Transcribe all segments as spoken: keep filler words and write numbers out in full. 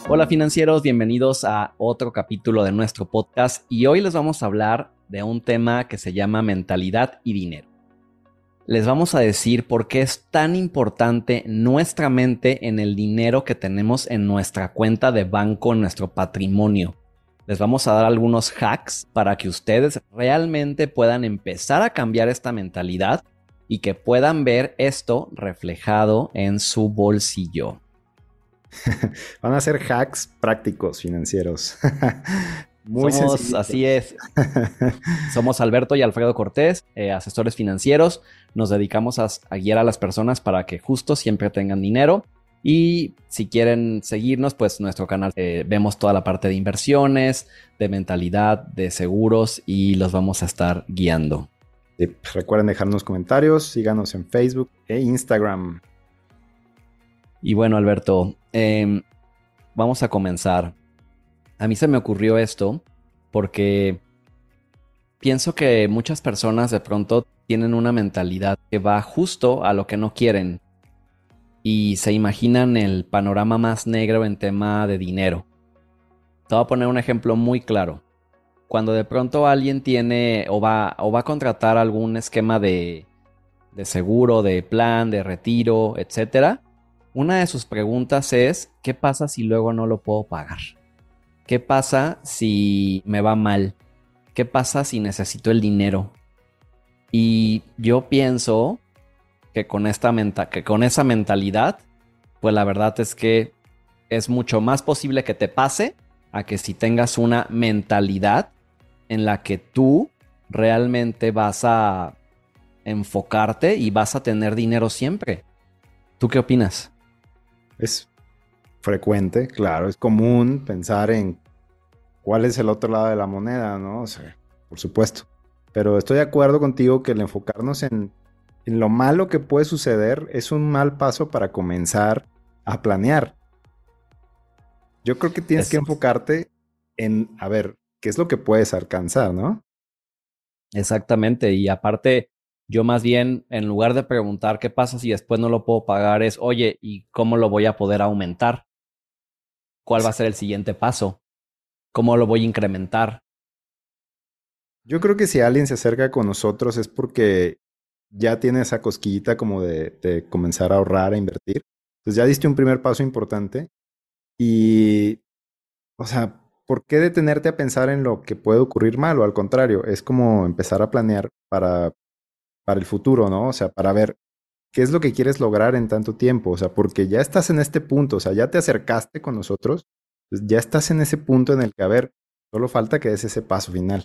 Hola financieros, bienvenidos a otro capítulo de nuestro podcast y hoy les vamos a hablar de un tema que se llama mentalidad y dinero. Les vamos a decir por qué es tan importante nuestra mente en el dinero que tenemos en nuestra cuenta de banco, en nuestro patrimonio. Les vamos a dar algunos hacks para que ustedes realmente puedan empezar a cambiar esta mentalidad y que puedan ver esto reflejado en su bolsillo. Van a ser hacks prácticos financieros. Muy Somos, así sencillitos. es, somos Alberto y Alfredo Cortés, eh, asesores financieros. Nos dedicamos a, a guiar a las personas para que justo siempre tengan dinero. Y si quieren seguirnos, pues nuestro canal eh, vemos toda la parte de inversiones, de mentalidad, de seguros y los vamos a estar guiando. Sí, pues recuerden dejarnos comentarios, síganos en Facebook e Instagram. Y bueno, Alberto, eh, vamos a comenzar. A mí se me ocurrió esto porque pienso que muchas personas de pronto tienen una mentalidad que va justo a lo que no quieren y se imaginan el panorama más negro en tema de dinero. Te voy a poner un ejemplo muy claro. Cuando de pronto alguien tiene o va, o va a contratar algún esquema de, de seguro, de plan, de retiro, etcétera, una de sus preguntas es: ¿qué pasa si luego no lo puedo pagar? ¿Qué pasa si me va mal? ¿Qué pasa si necesito el dinero? Y yo pienso que con, esta menta que con esa mentalidad, pues la verdad es que es mucho más posible que te pase a que si tengas una mentalidad en la que tú realmente vas a enfocarte y vas a tener dinero siempre. ¿Tú qué opinas? Es frecuente, claro, es común pensar en cuál es el otro lado de la moneda, ¿no? O sea, por supuesto. Pero estoy de acuerdo contigo que el enfocarnos en, en lo malo que puede suceder es un mal paso para comenzar a planear. Yo creo que tienes que Es enfocarte en, a ver, qué es lo que puedes alcanzar, ¿no? exactamente. Y aparte, yo más bien, en lugar de preguntar qué pasa si después no lo puedo pagar, es, oye, ¿y cómo lo voy a poder aumentar? ¿Cuál va a ser el siguiente paso? ¿Cómo lo voy a incrementar? Yo creo que si alguien se acerca con nosotros es porque ya tiene esa cosquillita como de, de comenzar a ahorrar, a invertir. Entonces ya diste un primer paso importante y, o sea, ¿por qué detenerte a pensar en lo que puede ocurrir mal? O al contrario, es como empezar a planear para, para el futuro, ¿no? O sea, para ver qué es lo que quieres lograr en tanto tiempo. O sea, porque ya estás en este punto, o sea, ya te acercaste con nosotros, pues ya estás en ese punto en el que, a ver, solo falta que des ese paso final.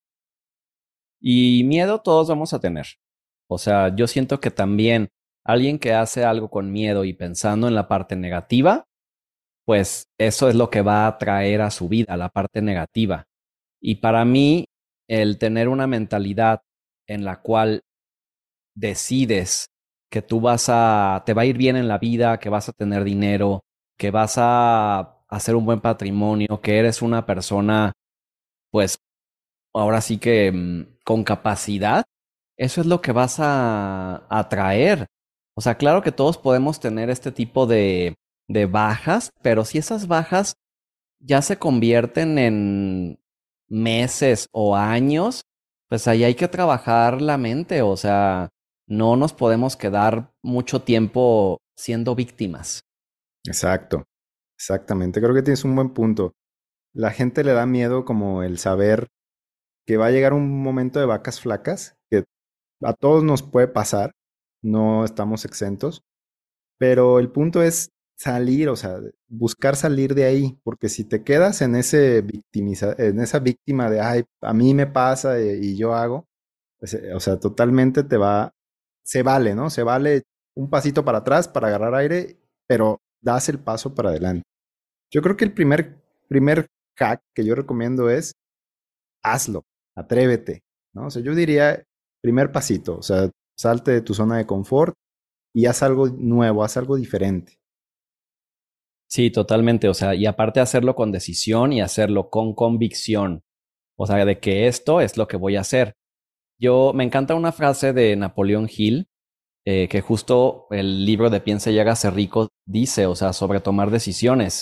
Y miedo todos vamos a tener. O sea, yo siento que también alguien que hace algo con miedo y pensando en la parte negativa, pues eso es lo que va a traer a su vida, la parte negativa. Y para mí, el tener una mentalidad en la cual decides que tú vas a, te va a ir bien en la vida, que vas a tener dinero, que vas a hacer un buen patrimonio, que eres una persona, pues ahora sí que mm, con capacidad, eso es lo que vas a atraer. O sea, claro que todos podemos tener este tipo de, de bajas, pero si esas bajas ya se convierten en meses o años, pues ahí hay que trabajar la mente. O sea, no nos podemos quedar mucho tiempo siendo víctimas. Exacto, exactamente. Creo que tienes un buen punto. La gente le da miedo como el saber que va a llegar un momento de vacas flacas, que a todos nos puede pasar, no estamos exentos, pero el punto es salir, o sea, buscar salir de ahí, porque si te quedas en ese victimiza, en esa víctima de, ay, a mí me pasa y, y yo hago, pues, eh, o sea, totalmente te va, se vale, ¿no? Se vale un pasito para atrás para agarrar aire, pero das el paso para adelante. Yo creo que el primer, primer hack que yo recomiendo es hazlo, atrévete, ¿no? O sea, yo diría primer pasito, o sea, salte de tu zona de confort y haz algo nuevo, haz algo diferente. Sí, totalmente. O sea, y aparte hacerlo con decisión y hacerlo con convicción. O sea, de que esto es lo que voy a hacer. Yo me encanta una frase de Napoleón Hill, eh, que justo el libro de Piensa y hágase rico dice, o sea, sobre tomar decisiones.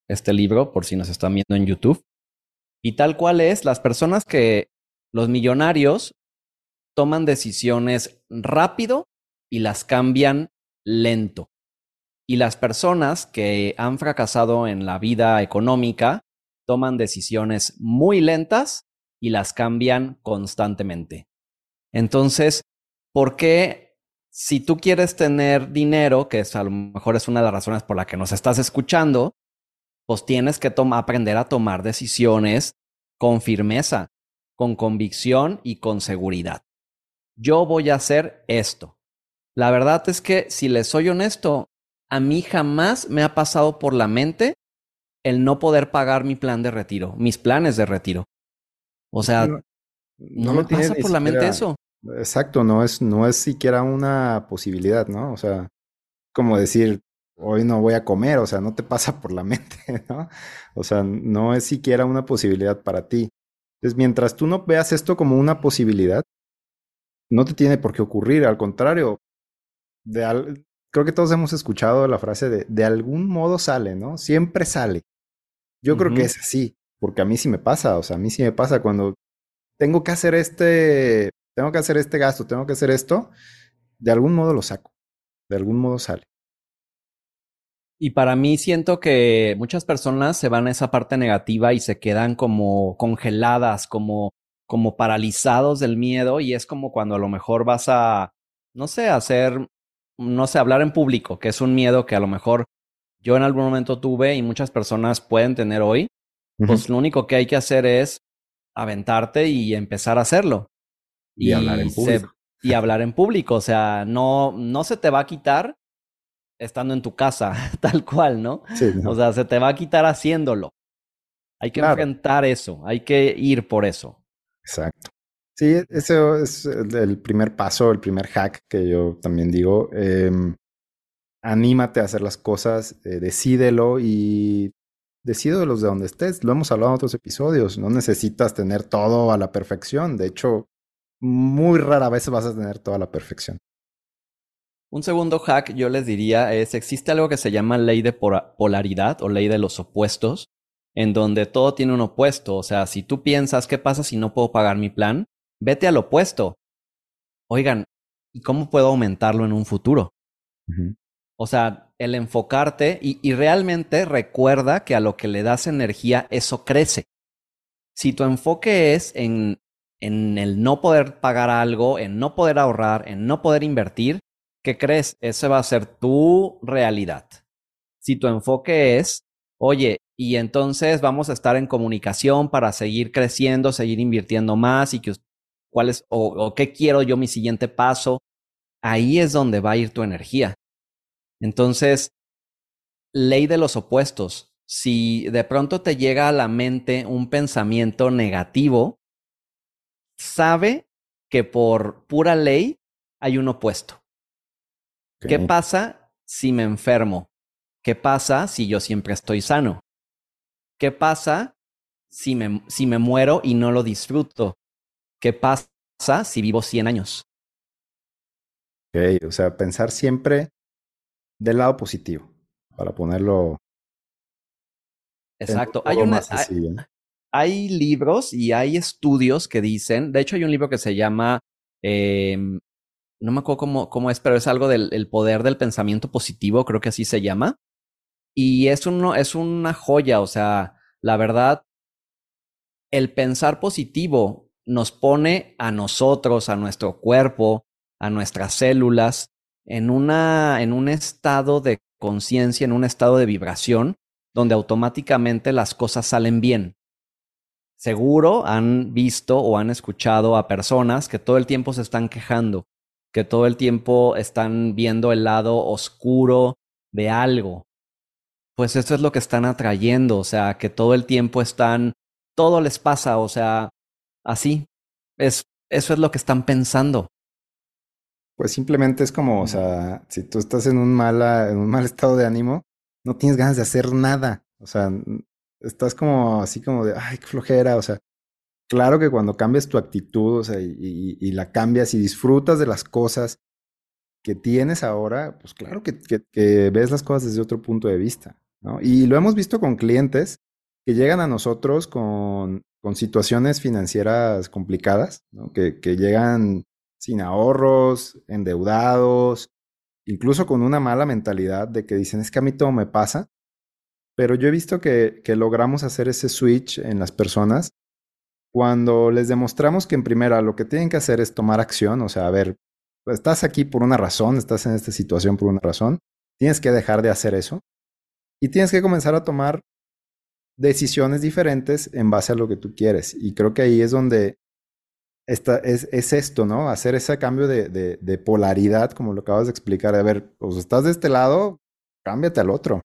este libro, por si nos están viendo en YouTube. Y tal cual es, las personas que, los millonarios, toman decisiones rápido y las cambian lento. Y las personas que han fracasado en la vida económica toman decisiones muy lentas y las cambian constantemente. Entonces, ¿por qué si tú quieres tener dinero, que es, a lo mejor es una de las razones por la que nos estás escuchando, pues tienes que aprender a tomar decisiones con firmeza, con convicción y con seguridad? Yo voy a hacer esto. La verdad es que, si les soy honesto, a mí jamás me ha pasado por la mente el no poder pagar mi plan de retiro, mis planes de retiro. O Es que sea, no, no no me lo tienes pasa ni por la mente siquiera. eso. Exacto, no es, no es siquiera una posibilidad, ¿no? O sea, como decir, hoy no voy a comer, o sea, no te pasa por la mente, ¿no? O sea, no es siquiera una posibilidad para ti. Entonces, mientras tú no veas esto como una posibilidad, no te tiene por qué ocurrir, al contrario, de al- creo que todos hemos escuchado la frase de de algún modo sale, ¿no? Siempre sale. Yo creo que Ujú. es así, porque a mí sí me pasa, o sea, a mí sí me pasa cuando tengo que hacer este, tengo que hacer este gasto, tengo que hacer esto, de algún modo lo saco, de algún modo sale. Y para mí siento que muchas personas se van a esa parte negativa y se quedan como congeladas, como, como paralizados del miedo, y es como cuando a lo mejor vas a, no sé, hacer, no sé, hablar en público, que es un miedo que a lo mejor yo en algún momento tuve y muchas personas pueden tener hoy. Ujú. Pues lo único que hay que hacer es aventarte y empezar a hacerlo Y hablar y, en público. se, y hablar en público. O sea, no, no se te va a quitar estando en tu casa, tal cual, ¿no? Sí, O no, sea, se te va a quitar haciéndolo. Hay que claro, enfrentar eso, hay que ir por eso. exacto. Sí, ese es el el primer paso, el primer hack que yo también digo. Em, anímate a hacer las cosas, eh, decídelo y decídelos de donde estés. Lo hemos hablado en otros episodios. No necesitas tener todo a la perfección. De hecho, muy rara vez vas a tener toda la perfección. Un segundo hack, yo les diría, es: existe algo que se llama ley de pora- polaridad o ley de los opuestos, en donde todo tiene un opuesto. O sea, si tú piensas, ¿qué pasa si no puedo pagar mi plan? Vete al opuesto. Oigan, ¿y cómo puedo aumentarlo en un futuro? Ujú. O sea, el enfocarte y, y realmente recuerda que a lo que le das energía, eso crece. Si tu enfoque es en, en el no poder pagar algo, en no poder ahorrar, en no poder invertir, ¿qué crees? Esa va a ser tu realidad. Si tu enfoque es, oye, y entonces vamos a estar en comunicación para seguir creciendo, seguir invirtiendo más y que cuál es o, o qué quiero yo mi siguiente paso, ahí es donde va a ir tu energía. Entonces, ley de los opuestos. Si de pronto te llega a la mente un pensamiento negativo, sabe que por pura ley hay un opuesto. ¿Qué Ok. pasa si me enfermo? ¿Qué pasa si yo siempre estoy sano? ¿Qué pasa si me, si me muero y no lo disfruto? ¿Qué pasa si vivo cien años? Ok, o sea, pensar siempre del lado positivo, para ponerlo en un Exacto. Hay modo una, más hay, sencillo, ¿no? hay libros y hay estudios que dicen, de hecho hay un libro que se llama, eh, no me acuerdo cómo, cómo es, pero es algo del el poder del pensamiento positivo, creo que así se llama. Y es, uno, es una joya, o sea, la verdad, el pensar positivo nos pone a nosotros, a nuestro cuerpo, a nuestras células, en, una, en un estado de conciencia, en un estado de vibración, donde automáticamente las cosas salen bien. Seguro han visto o han escuchado a personas que todo el tiempo se están quejando, que todo el tiempo están viendo el lado oscuro de algo. Pues eso es lo que están atrayendo, o sea, que todo el tiempo están, todo les pasa, o sea, así. Es, eso es lo que están pensando. Pues simplemente es como, o sea, si tú estás en un mala, en un mal estado de ánimo, no tienes ganas de hacer nada. O sea, n- estás como así como de, ay, qué flojera. O sea, claro que cuando cambias tu actitud, o sea, y, y- y la cambias y disfrutas de las cosas que tienes ahora, pues claro que, que- que ves las cosas desde otro punto de vista. ¿no? Y lo hemos visto con clientes que llegan a nosotros con, con situaciones financieras complicadas, ¿no? Que, que llegan sin ahorros, endeudados, incluso con una mala mentalidad de que dicen, es que a mí todo me pasa, pero yo he visto que, que logramos hacer ese switch en las personas cuando les demostramos que en primera lo que tienen que hacer es tomar acción, o sea, a ver, estás aquí por una razón, estás en esta situación por una razón, tienes que dejar de hacer eso y tienes que comenzar a tomar decisiones diferentes en base a lo que tú quieres. Y creo que ahí es donde está, es, es esto, ¿no? Hacer ese cambio de, de, de polaridad, como lo acabas de explicar. A ver, pues estás de este lado, cámbiate al otro.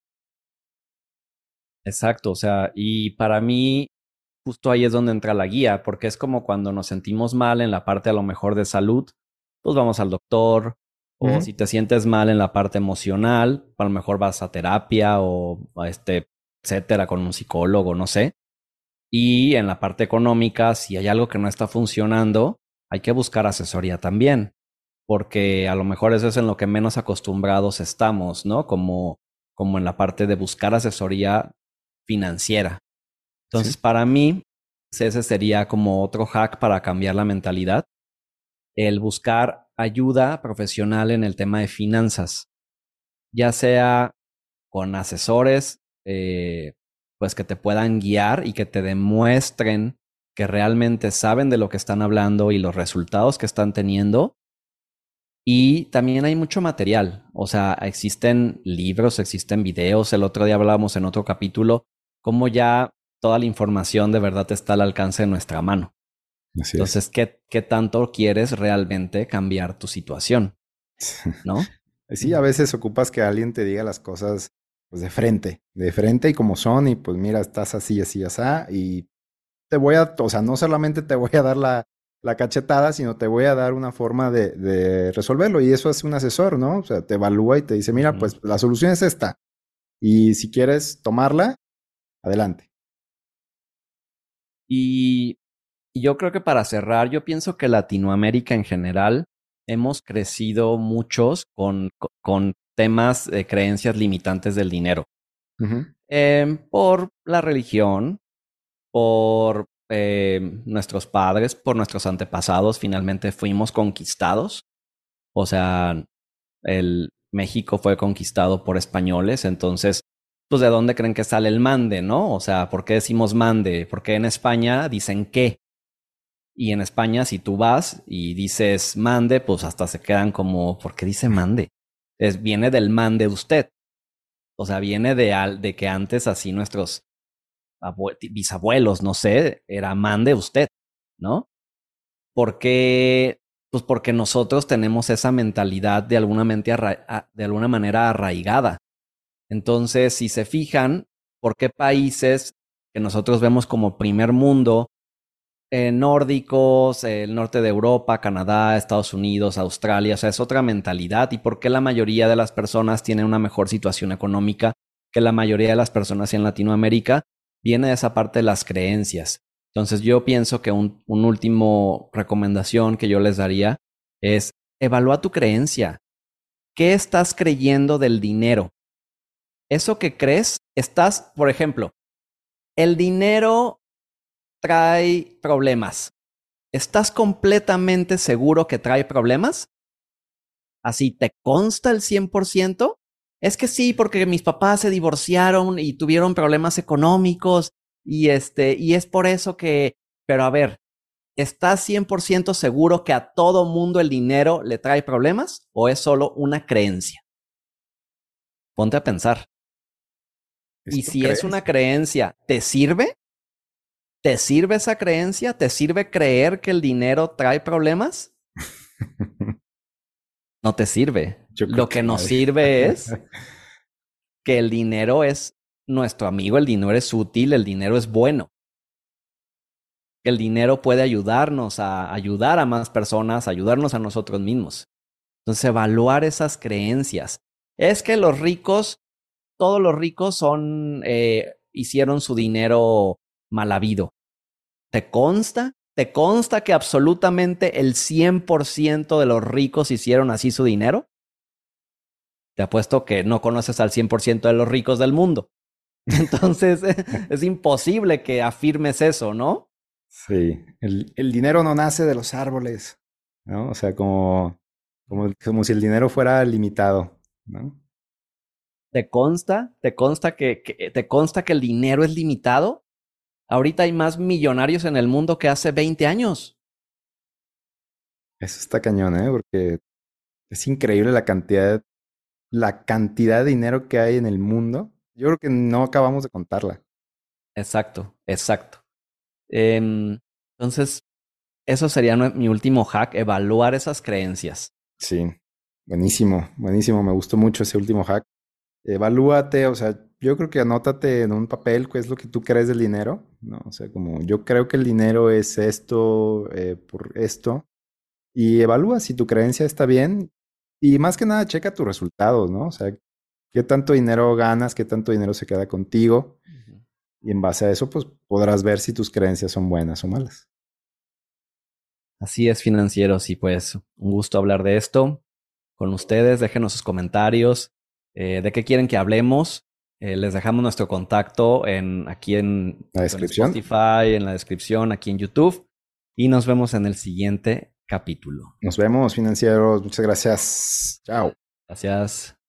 Exacto, o sea, y para mí justo ahí es donde entra la guía, porque es como cuando nos sentimos mal en la parte a lo mejor de salud, pues vamos al doctor, o Ujú. si te sientes mal en la parte emocional, a lo mejor vas a terapia o a este, etcétera, con un psicólogo, no sé. Y en la parte económica, si hay algo que no está funcionando, hay que buscar asesoría también, porque a lo mejor eso es en lo que menos acostumbrados estamos, ¿no? Como, como en la parte de buscar asesoría financiera. Sí, Entonces, para mí, ese sería como otro hack para cambiar la mentalidad, el buscar ayuda profesional en el tema de finanzas, ya sea con asesores, eh, pues que te puedan guiar y que te demuestren que realmente saben de lo que están hablando y los resultados que están teniendo. Y también hay mucho material, o sea, existen libros, existen videos. El otro día hablábamos en otro capítulo cómo ya toda la información de verdad está al alcance de nuestra mano. así es. Entonces, ¿qué, qué tanto quieres realmente cambiar tu situación? ¿No? Sí, a veces ocupas que alguien te diga las cosas pues de frente, de frente y como son, y pues mira, estás así, así, así, y te voy a, o sea, no solamente te voy a dar la, la cachetada, sino te voy a dar una forma de, de resolverlo. Y eso hace un asesor, ¿no? O sea, te evalúa y te dice, mira, Ujú. pues la solución es esta. Y si quieres tomarla, adelante. Y Y yo creo que para cerrar, yo pienso que Latinoamérica en general hemos crecido muchos con, co- con temas de creencias limitantes del dinero. Ujú, Em, por la religión, por em, nuestros padres, por nuestros antepasados, finalmente fuimos conquistados. O sea, el México fue conquistado por españoles, entonces, pues ¿de dónde creen que sale el mande, no? O sea, ¿por qué decimos mande? Porque en España dicen qué. Y en España, si tú vas y dices mande, pues hasta se quedan como, ¿por qué dice mande? Es, viene del mande usted. O sea, viene de, al, de que antes así nuestros abue- bisabuelos, no sé, era mande usted, ¿no? Porque, pues porque nosotros tenemos esa mentalidad de alguna, mente arra- a- de alguna manera arraigada. Entonces, si se fijan, ¿por qué países que nosotros vemos como primer mundo, eh, nórdicos, eh, el norte de Europa, Canadá, Estados Unidos, Australia? O sea, es otra mentalidad. ¿Y por qué la mayoría de las personas tienen una mejor situación económica que la mayoría de las personas en Latinoamérica? Viene de esa parte de las creencias. Entonces yo pienso que un, un último recomendación que yo les daría es evalúa tu creencia. ¿Qué estás creyendo del dinero? Eso que crees, estás, por ejemplo, el dinero trae problemas. ¿Estás completamente seguro que trae problemas? Así, ¿te consta el cien por ciento? Es que sí, porque mis papás se divorciaron y tuvieron problemas económicos y este, y es por eso que, pero a ver, ¿estás cien por ciento seguro que a todo mundo el dinero le trae problemas o es solo una creencia? Ponte a pensar. Y esto si es crees. una creencia, ¿te sirve? ¿Te sirve esa creencia? ¿Te sirve creer que el dinero trae problemas? No te sirve. Yo creo Lo que que nos nadie. sirve es que el dinero es nuestro amigo, el dinero es útil, el dinero es bueno. El dinero puede ayudarnos a ayudar a más personas, ayudarnos a nosotros mismos. Entonces, evaluar esas creencias. Es que los ricos, todos los ricos son, eh, hicieron su dinero mal habido. ¿Te consta? ¿Te consta que absolutamente el cien por ciento de los ricos hicieron así su dinero? Te apuesto que no conoces al cien por ciento de los ricos del mundo. Entonces, es imposible que afirmes eso, ¿no? Sí, el, el dinero no nace de los árboles, ¿no? O sea, como, como, como si el dinero fuera limitado, ¿no? ¿Te consta? ¿Te consta que, que- te consta que el dinero es limitado? Ahorita hay más millonarios en el mundo que hace veinte años. Eso está cañón, ¿eh? Porque es increíble la cantidad, la cantidad de dinero que hay en el mundo. Yo creo que no acabamos de contarla. Exacto, exacto. Em, entonces, eso sería nue- mi último hack, evaluar esas creencias. Sí, buenísimo, buenísimo. Me gustó mucho ese último hack. Evalúate, o sea, yo creo que anótate en un papel qué es lo que tú crees del dinero, ¿no? O sea, como yo creo que el dinero es esto, eh, por esto, y evalúa si tu creencia está bien y más que nada checa tus resultados, ¿no? O sea, qué tanto dinero ganas, qué tanto dinero se queda contigo Ujú. y en base a eso, pues podrás ver si tus creencias son buenas o malas. Así es, financieros, y pues un gusto hablar de esto con ustedes. Déjenos sus comentarios, eh, de qué quieren que hablemos. Eh, les dejamos nuestro contacto en, aquí en, La tanto en descripción. Spotify, en la descripción, aquí en YouTube. Y nos vemos en el siguiente capítulo. Nos vemos, financieros. Muchas gracias. Chao. Gracias.